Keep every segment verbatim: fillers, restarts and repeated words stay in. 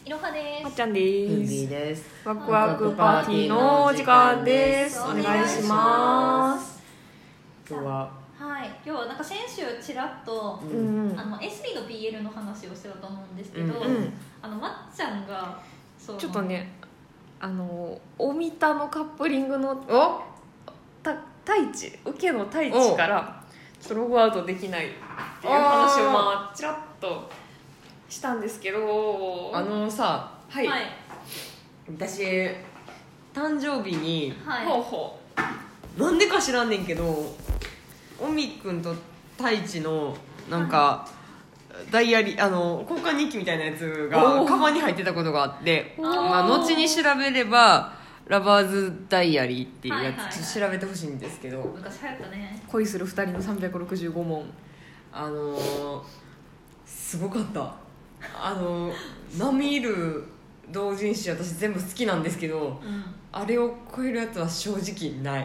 いろはです。 まっちゃんでふんす。 びです。 ワクワクパーティーのお時間です。お願いします。 今日ははい、今日はなんか先週ちらっと、 うんうん。 あの エスビー の ピーエル の話をしてたと思うんですけど、 うんうんあのまっちゃんがそのちょっとね、あのおみたのカップリングのおた太一受けの太一からちょっとログアウトできないっていう話をまあちらっとしたんですけど、 あのさ、 はい、 はい私誕生日にはいほうほなんでか知らんねんけど、おみくんと太一のなんか、ダイアリー、あの交換日記みたいなやつがおーカバンに入ってたことがあって、 おーまあ、後に調べればラバーズダイアリーっていうやつ、 はいはいはいちょっと調べてほしいんですけど、 昔流行ったね。 う。恋する二人のさんびゃくろくじゅうご問。 あのー、すごかった。あのー、並みいる同人誌私全部好きなんですけど、 うんあれを超えるやつは正直ない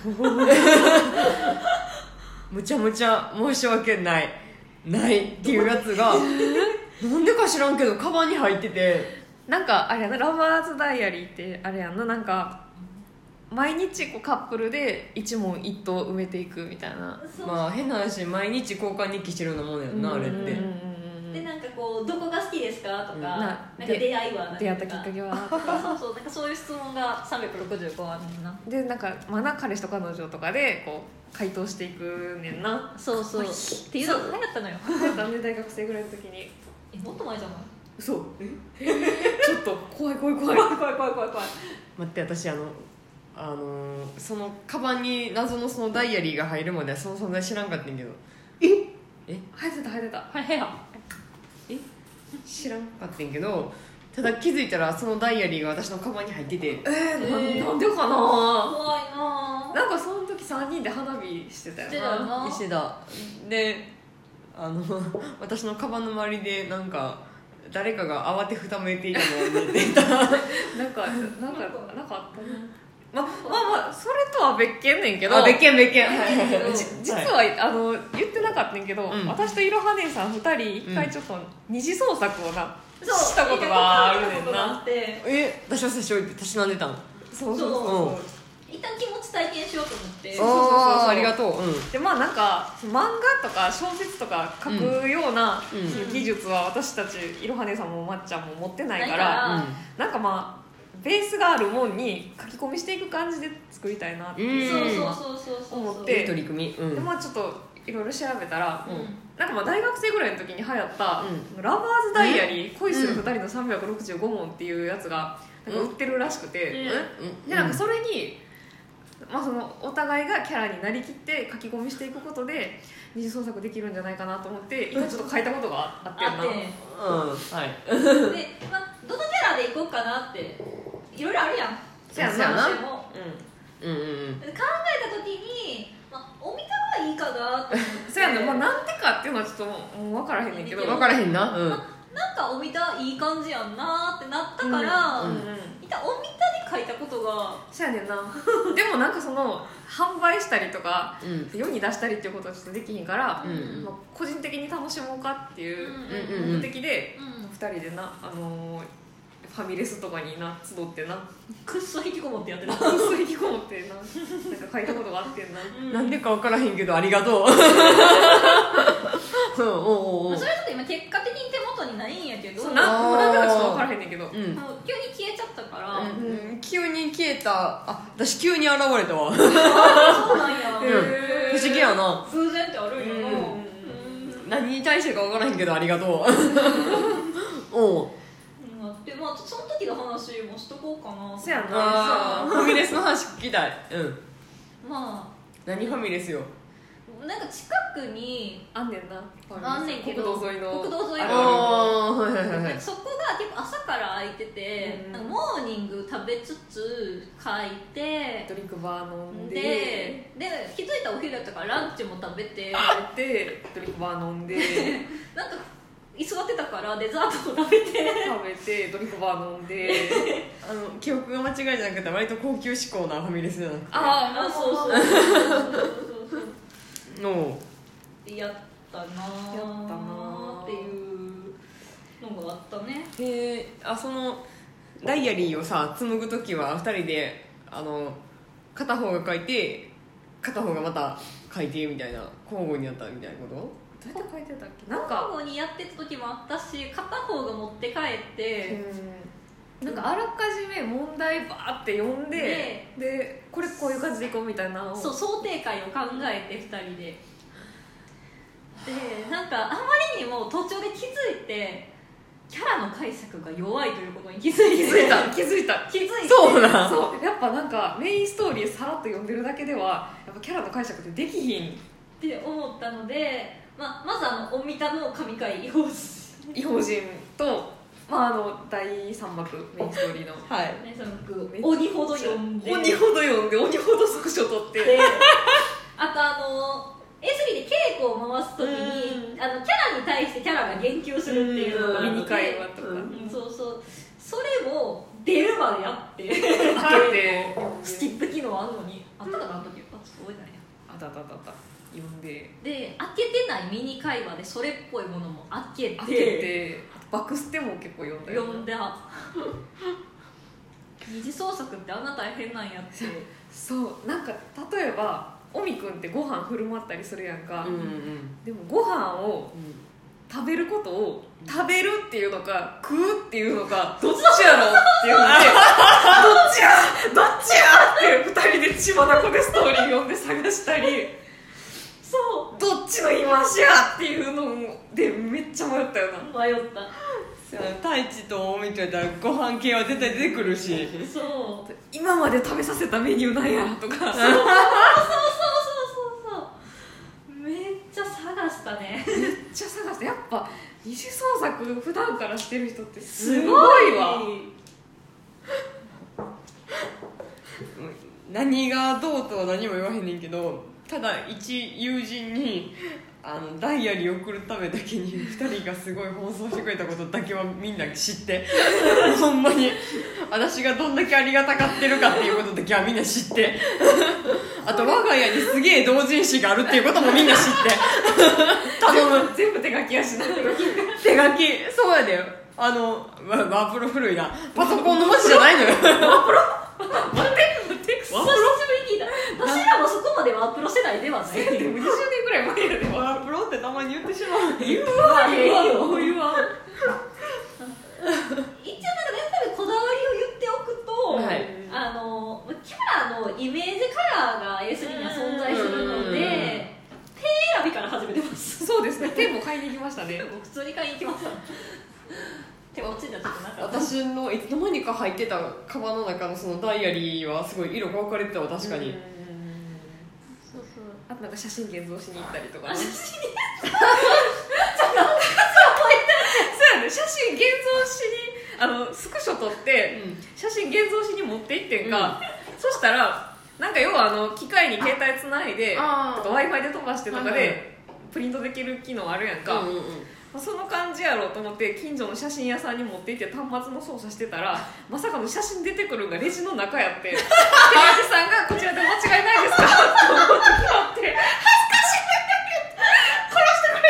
むちゃむちゃ申し訳ないないっていうやつがなんでか知らんけどカバンに入ってて、 なんかあれやな、ラバーズダイアリーってあれやんな、なんか毎日こうカップルで一問一答埋めていくみたいな。 そうまあ変な話毎日交換日記してるようなもんやんな、あれって。 うんうんうんうんでなんかこうどこが好きですかとか、 うんなんかな出会いは何とか出会ったきっかけはとかそうそうなんかそういう質問がさんびゃくろくじゅうごあるねんな。 でなんかまあな彼氏と彼女とかでこう回答していくねんな。 そうそうっていうのが流行ったのよ。 なんで大学生ぐらいの時にえもっと前じゃない？ 嘘ちょっと怖い怖い怖い怖い怖い怖い怖い怖い。 待って、私あのあのーそのカバンに謎のそのダイアリーが入るまではその存在知らんかったんけど、 ええ入ってた入ってた。 はいはいはえ知らんかったんけど、ただ気づいたらそのダイアリーが私のカバンに入ってて、 えー、なんえーなんでかな。 怖いなぁ。 なんかその時さんにんで花火してたよしてたよな。 な石田で、あの私のカバンの周りでなんか誰かが慌てふためいていたのを見ていたなんかなんかなんかあったな。ままあまあそれとは別件ねんけど、 あ別件別件、はいはいはいじ実は、あの言ってなかったんやけど、 うん私といろは姉さんふたり一回ちょっと二次創作をな、 そうしたことがあるねんな。 ことがあってえ私は最初たしなんでたの。 そうそうそうそう、 うん一旦気持ち体験しようと思って。 そうそうそうそうありがとう。うんでまあなんか漫画とか小説とか書くような、 うんその技術は私たちいろは姉さんもまっちゃんも持ってないから、 ないからうんなんかまあベースがあるもんに書き込みしていく感じで作りたいなっていうそうのはそうそうそうそう。 思っていい取り組み。うんでまあちょっといろいろ調べたら、 うんなんかまあ大学生ぐらいの時に流行った「 うラバーズダイアリー恋するふたりのさんびゃくろくじゅうご問」っていうやつがなんか売ってるらしくて、 うんでなんかそれに、まあ、そのお互いがキャラになりきって書き込みしていくことで二次創作できるんじゃないかなと思って一回ちょっと書いたことがあってんな。 あって、 うんはい。 で、まあ、どのキャラでいこうかなっていろいろあるやん。 そやなそうやな私もうんうんうんで考えた時に、まあ、お見たがいいかなと思って。 そやな、まあ、なんでかっていうのはちょっともう分からへんねんけど、 分からへんな。うんなんかお見たいい感じやんなってなったから、 うんうんうん、 一旦お見たで書いたことがそやねんなでもなんかその販売したりとかうん世に出したりっていうことはちょっとできひんから、 うんまあ、個人的に楽しもうかっていううんうん目的でうんふたりでな、あのーファミレスとかにな集ってなくっそ引きこもってやってた。 くっそ引きこもってななんか書いたことがあってんな。 なんでか分からへんけどありがとう。うんおうおうおうまあそれはちょっと今結果的に手元にないんやけど、 そうもうなもうなんでかちょっと分からへんねんけど、 うん急に消えちゃったから、 うん急に消えた。あ私急に現れたわ。 ああそうなんや、 うんへー不思議やな。 偶然ってあるんやな、 うんうん何に対してか分からへんけどありがとう。おううんでまあその時の話もしとこうかな。 そやなあーファミレスの話聞きたい。うんま何ファミレスよ。 あなんか近くにあんねんなあんねんけど、 国道沿いの国道沿いあるのあーはいはいはいはい。 そこが結構朝から空いてて、 うんなんかモーニング食べつつ書いてドリンクバー飲んででで気づいたらお昼やったからランチも食べて食べてドリンクバー飲んでなんか居座ってたからデザートも食べて食べてドリンクバー飲んであの記憶が間違いじゃなくて割と高級志向なファミレスじゃなくて。 ああそうそうそうそうそうのやったなやったなっていうのがあったね。 へえ。あ、そのダイアリーをさ紡ぐ時はふたりであの片方が書いて片方がまた書いてみたいな交互にやったみたいなこと？ どうやって書いてたっけ？なん交か互にやってた時もあったし、片方が持って帰ってなんかあらかじめ問題バーって読んで、でこれこういう感じでいこうみたいなのをそう想定会を考えてふたりで、でなんかあまりにも途中で気づいてキャラの解釈が弱いということに気づいて気づいた気づいた気づいてそうなんそうやっぱなんかメインストーリーさらっと読んでるだけではやっぱキャラの解釈ってできひんって思ったので、まあ、まずあのおみたの神回異邦人異邦人と、まあ、あのだいさん幕メインストーリーのはい。 ね、その鬼ほど読んで鬼ほど読んで鬼ほどスクショ撮ってであとあの エースリー で稽古を回すときにあのキャラに対してキャラが言及するっていうのがあってミニ会話とか、 うんそうそうそれも出るまでやって開けてスキップ機能あるのにあったかなあの時あ覚えてないやあたたたた読んでで開けてないミニ会話でそれっぽいものも開けて開けてバックステも結構読んだよ読んだ二次創作ってあんな大変なんやってそうなんか例えばオミくんってご飯振る舞ったりするやんか、 うんうんでもご飯をうん。 食べることを食べるっていうのか食うっていうのかどっちやろっていうのでどっちやどっちやってふたりで血まなこでストーリー読んで探したりそうどっちの言い回しやっていうのでめっちゃ迷ったよな迷った太一と大見とやったらご飯系は絶対出てくるし。 そう今まで食べさせたメニューなんやとかそうそうそうそうそうめっちゃ探したねめっちゃ探してやっぱ二次創作普段からしてる人ってすごいわ何がどうとは何も言わへんねんけど、ただ一友人にあのダイアリーを送るためだけにふたりがすごい放送してくれたことだけはみんな知ってほんまに私がどんだけありがたがってるかっていうことだけはみんな知ってあと我が家にすげえ同人誌があるっていうこともみんな知って頼む。 全部手書きやしな手書きそうやでよ。あのワープロ古いな、パソコンの文字じゃないのよ待って待って久しぶりに聞いた私らもそこまでワープロ世代ではないでもにじゅうねんぐらい前やでワープロってたまに言ってしまう。 言わへんよ言わん一応なんかやっぱりこだわりを言っておくと、 はい、 あのキャラのイメージカラーが エースリー には存在するので手選びから始めてますそうですね手も買いに行きましたね普通に買いに行きました手が落ちたらちょっとなんか私のいつの間にか入ってたカバンの中のそのダイアリーはすごい色が分かれてたわ。確かに。 そうそうあとなんか写真現像しに行ったりとかあね写真にそうやね写真現像しにあのスクショ撮って写真現像しに持って行ってんか、うん、そしたらなんか要はあの機械に携帯つないでとか w i f i で飛ばしてとかでプリントできる機能あるやんか、うんうんうん、その感じやろうと思って近所の写真屋さんに持って行って端末の操作してたらまさかの写真出てくるのがレジの中やって店員さんがこちらで間違いないですかって思ってきたって恥ずかしい殺してくれ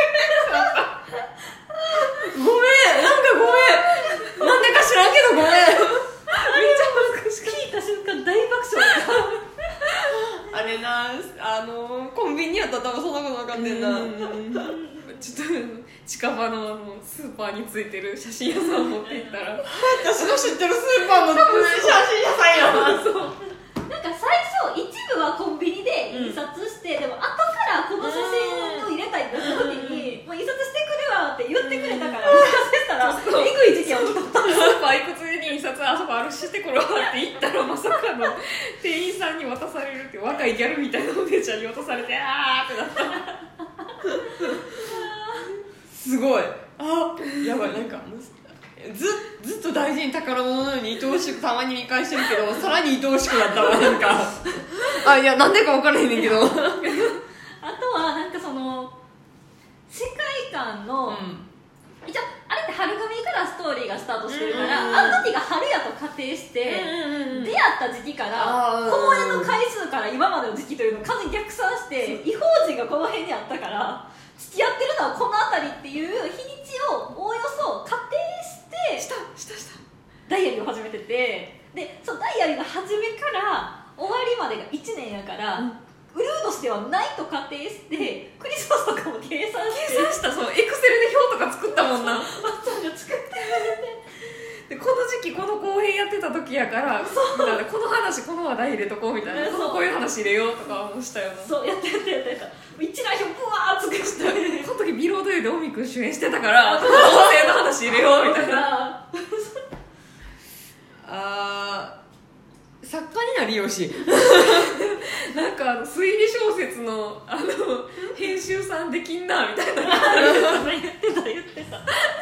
ごめん、なんかごめん、なんでか知らんけどごめん。めっちゃ恥ずかしい聞いた瞬間大爆笑あれな、あのコンビニやったら多分そんなこと分かんねんな。 ちょっと近場のあのスーパーについてる写真屋さん持って行ったら私の知ってるスーパーの写真屋さんやな。 そうなんか最初一部はコンビニで印刷して、うん、でも後からこの写真を入れたいって言った時に、もう印刷してくれわって言ってくれたから印刷したらえぐい時期が起きた。 スーパーいくつに印刷あそこあるしてくるわって言ったらまさかの店員さんに渡されるって若いギャルみたいなお姉ちゃんに渡されてあーってなったすごい。あ、やばい。なんかずずっと大事に宝物のように愛おしくたまに見返してるけどさらに愛おしくなったわ。なんかあ、いや、なんでか分からへんねんけどあとはなんかその世界観の、うん、一応あれって春組からストーリーがスタートしてるから、うん、あの時が春やと仮定して、うん、出会った時期から公演の回数から今までの時期というのを完全に逆算して異邦人がこの辺にあったから付き合ってるのはこの辺りっていう日にちをおおよそ仮定したしたしたダイアリーを始めてて、でそのダイアリーの初めから終わりまでがいちねんやから、うん、ウルードしてはないと仮定してクリスマスとかも計算して計算したそうエクセルで表とか作ったもんなマッツァンが作ってでこの時期この後編やってた時やからそうだ、ね、この話この話題入れとこうみたいなこういう話入れようとかもしたよな。 そうやったやったやったやった一覧表ブワーッつくしたこの時ビロードユーでオミ君主演してたから音声の話入れようみたいなあー作家になりよしなんかあの推理小説のあの編集さんできんなみたいな言ってた言ってた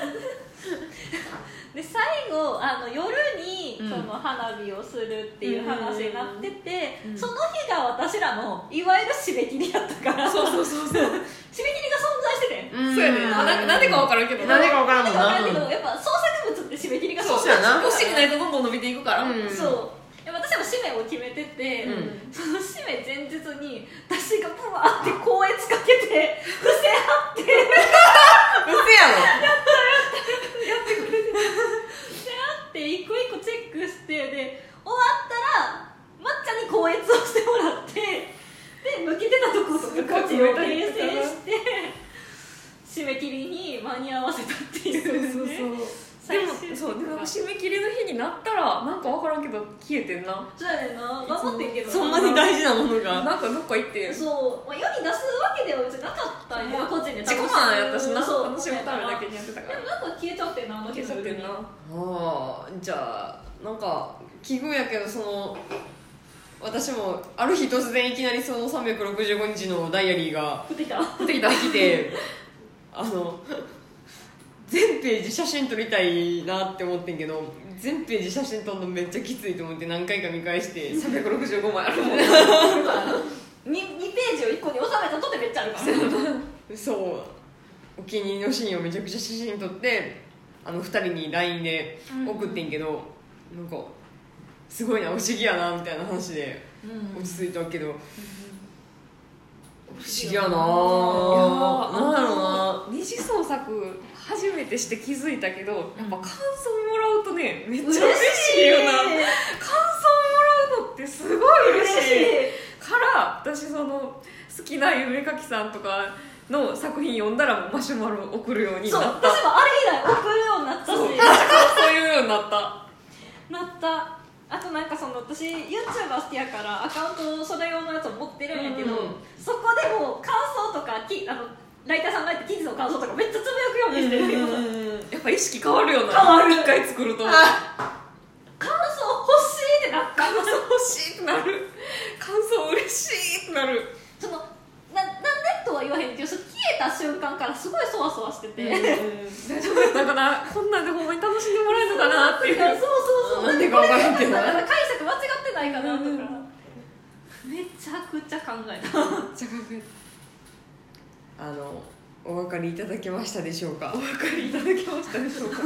で最後あの夜にその花火をするっていう話になってて、うん、その日が私らのいわゆる締め切りやったからそうそうそうそう締め切りが存在してて、 うん、そうやねななんでか分からんけどなんでか分からんもんななんでか分からんけどやっぱ創作物って締め切りが存在してほしくないとどんどん伸びていくから、 うん、そう私は締めを決めてて、うん、その締め前日に私がブワーって高熱かけて付箋貼ってうせやろやったやったやってくれて付箋貼って一個一個チェックしてで終わったら抹茶に高熱をしてもらってで抜けてたところとかこっちを訂正して締め切りに間に合わせたっていうね。 そうそうそうでもそうでも締め切りの日になったらなんか分からんけど消えてんな。 そうやねんな頑張ってんけどそんなに大事なものがなんかどっか行ってそう、まあ、世に出すわけでは別になかったんや個人で自己満やったしなそう楽しむためだけにやってたからでもなんか消えちゃってんな消えちゃってんなああじゃあなんか奇遇やけどその私もある日突然いきなりそのさんびゃくろくじゅうごにちのダイアリーが降ってきた降ってきた来てあの全ページ写真撮りたいなって思ってんけど全ページ写真撮るのめっちゃきついと思って何回か見返してさんびゃくろくじゅうごまいあるもんねに, にページをいっこに収めたとてめっちゃあるからそうお気に入りのシーンをめちゃくちゃ写真撮ってあのふたりに ライン で送ってんけど、うん、なんかすごいな不思議やなみたいな話で落ち着いたけど、うん不思議やなぁなんだろうな二次創作初めてして気づいたけどやっぱ感想もらうとねめっちゃ嬉しいよな感想もらうのってすごい嬉しいから私その好きな夢かきさんとかの作品読んだらもうマシュマロ送るようになった。 そう私もあれ以来送るようになったしそうそういうようになったなったあとなんかその私 YouTuber 好きやからアカウントそれ用のやつを持ってるんやけど、うんうん、そこでも感想とかきあのライターさんが言って記事の感想とかめっちゃつぶやくようにしてるけど、うんうんうん、やっぱ意識変わるよな変わる一回作ると感想欲しいってなった感想欲しいってなる感想嬉しいってなるそのななんでとは言わへんけど消えた瞬間からすごいそわそわしてて、うんうん、 大丈夫やったかなこんなんでほんまに楽しんでもらえるのかなっていうそうそうそうなんでか分からんけど解釈間違ってないかなとか、うん、めちゃくちゃ考えためっちゃ考えたあのお分かりいただけましたでしょうかお分かりいただけましたでしょうか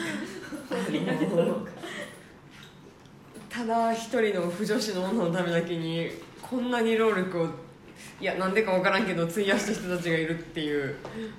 ただ一人の不女子の女のためだけにこんなに労力をいやなんでか分からんけど費やした人たちがいるっていう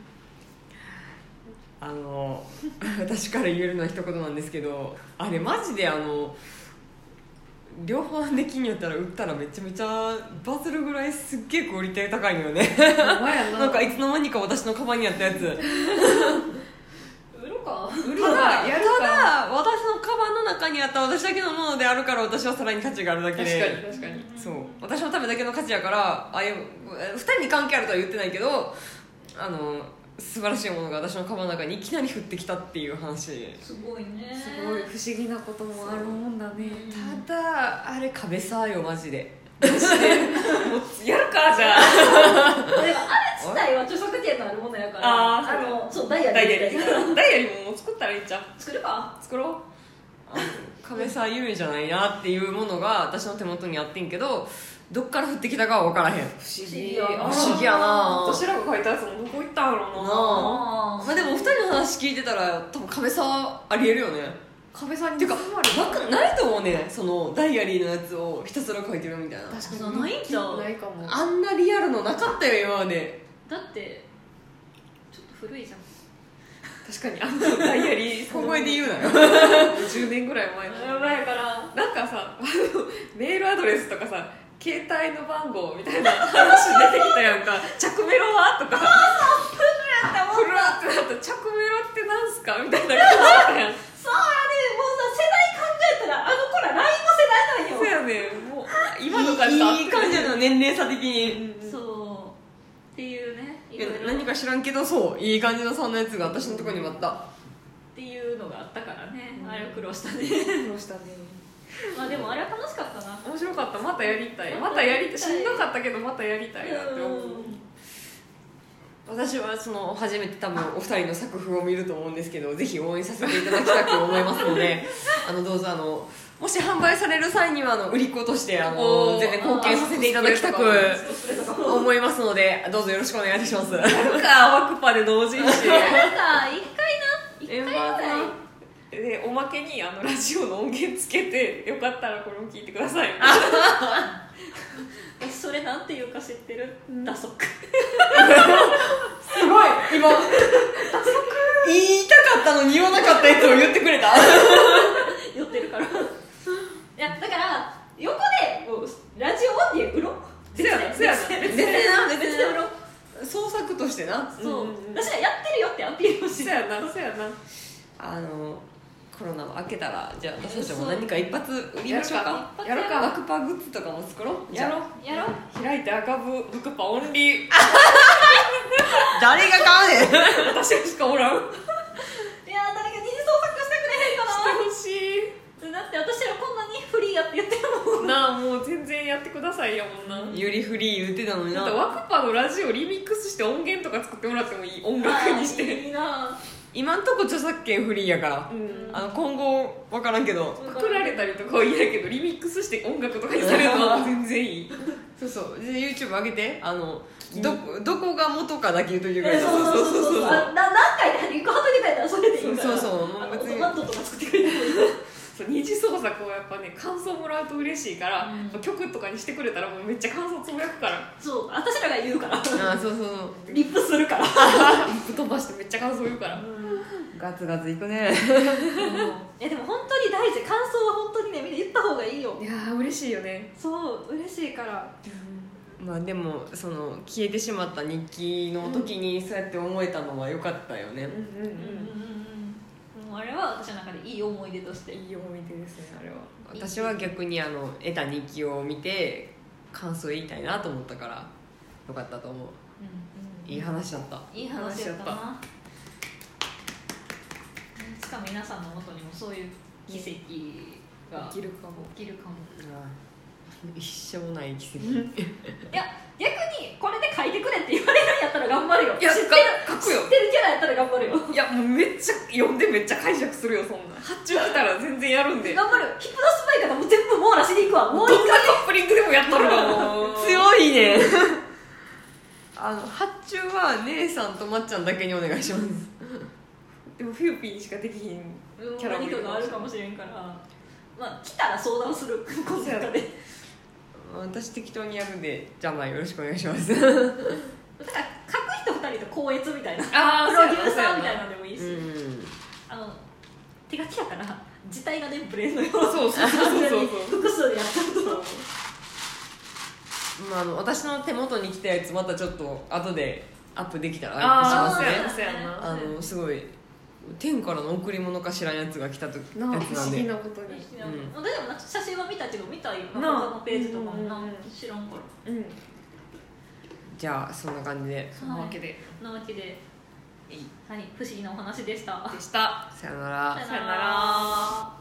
あの私から言えるのは一言なんですけどあれマジであの両方できんやったら売ったらめちゃめちゃバズるぐらいすっげえクオリティ高いのよねな, なんかいつの間にか私のカバンにあったやつ売ろうか売るかやるかただ私のカバンの中にあった私だけのものであるから私はさらに価値があるだけで確かに確かにそう私のためだけの価値やからあふたりに関係あるとは言ってないけどあの素晴らしいものが私のカバンの中にいきなり降ってきたっていう話すごいねすごい不思議なこともあるもんだねただあれ壁さよマジでもうやるかじゃあでもあれ自体は著作権のあるものやからああのそうダイヤリーダイヤリーダイヤリーももう作ったらいいんちゃう作るか作ろうあの壁さゆめじゃないなっていうものが私の手元にあってんけどどっから降ってきたかは分からへん不思議やな不思議やな私らが書いたやつもどこ行ったんやろうなあ、まあ、でもふたりの話聞いてたら多分壁さありえるよね壁さんにてかないと思うねそのダイアリーのやつをひたすら書いてるみたいな確かにないんちゃうないかもあんなリアルのなかったよ今までだってちょっと古いじゃん確かにあのダイアリー小声で言うなよじゅうねんぐらい前のやばいからなんかさあのメールアドレスとかさ携帯の番号みたいな話出てきたやんか着メロはとかフルーってなった着メロってなんすかみたいな感じだったやんそうやねもうさ世代考えたらあの子ら ライン の世代なんよそうやねもう今の感じいい感じなの年齢差的に、 うん、そうっていうねいいやろいろ何か知らんけどそういい感じのそんなやつが私のところにもあったっていうのがあったからね、 うん、 あれは苦労したね苦労したねまあでもあれは楽しかったな面白かったまたやりたいまたやりたいしんどかったけどまたやりたいなって思う、 私はその初めて多分お二人の作風を見ると思うんですけどぜひ応援させていただきたく思いますのであのどうぞあのもし販売される際にはあの売り子としてあの全然貢献させていただきたく思いますのでどうぞよろしくお願いいたしますなんかワクパで同人誌なんか一回な一回ぐらいでおまけにあのラジオの音源つけてよかったらこれも聞いてください私それなんていうか知ってる、うん、打足すごい今言いたかったのに言わなかったやつを言ってくれた寄ってるからいやだから横でもうラジオ音源売ろう別で別で別で別で売ろう創作としてなそう、うんうん、私らやってるよってアピールをしてそうやなそうやなあのコロナも明けたらじゃあ私たちも何か一発売りましょうかやろうかワクパグッズとかも作ろうやろうやろう開いて赤部ワクパオンリー誰が買うねん私しかおらんいや誰か二次創作してくれへんかなしてほしいだって私らこんなにフリーやって言ってるもんなあもう全然やってくださいやもんなよりフリー言ってたのになワクパのラジオリミックスして音源とか作ってもらってもいい音楽にしていいな今んとこ著作権フリーやから、 うん、 あの今後分からんけどパクられたりとかは嫌やけどリミックスして音楽とかにされるのは全然いいそうそうで YouTube 上げてあのど, どこが元かだけ言うといてくれたそうそうそうそうそう何回でリンク貼っとけたやったらそれでいいからそうそうもう別にマットとか作ってくれてそう二次創作をやっぱね感想もらうと嬉しいから、 うん、 曲とかにしてくれたらもうめっちゃ感想つぶやくからそう私らが言うからあそうそうそうリップするからリップ飛ばしてめっちゃ感想言うから、うん、 ガツガツいくねえでも本当に大事感想は本当にねみんな言った方がいいよいやー嬉しいよねそう嬉しいから、 うん、まあでもその消えてしまった日記の時にそうやって思えたのは良かったよね、うんうんうんうんあれは私の中でいい思い出としていい思い出ですねあれは私は逆にあの得た日記を見て感想言いたいなと思ったからよかったと思う、うんうん、いい話だったいい話だったなしかも皆さんの元にもそういう奇跡が起きるかも起きるかも一生ない奇跡いや逆にこれで書いてくれって言われるんやったら頑張るよいや知ってる書くよ知ってるキャラやったら頑張るよいやもうめっちゃ読んでめっちゃ解釈するよそんな発注来たら全然やるんで頑張るヒップノスパイからもう全部網羅しに行くわもう一回カップリングでもやっとるわもう強いねあの発注は姉さんとまっちゃんだけにお願いしますでもフィューピーにしかできひんキャラ何かがあるかもしれんからまあ来たら相談するこの中で私適当にやるんでじゃあまあよろしくお願いしますだから書く人ふたりと校閲みたいなあプロデューサーみたいなのでもいいし、 うん、 あの手書きやから字体がねプレーンのようそうそうそうそう複数でやっちゃうとまあ、あの私の手元に来たやつまたちょっと後でアップできたらアップしますねあのすごい天からの贈り物かしらんやつが来た時やつなんで不思議なことに、 うん、でも写真は見たけど見たよ他のページとかもな、うんうん、知らんから、うん、 じゃあそんな感じでそんなわけでそんなわけではい、不思議なお話でしたでしたさよならさよなら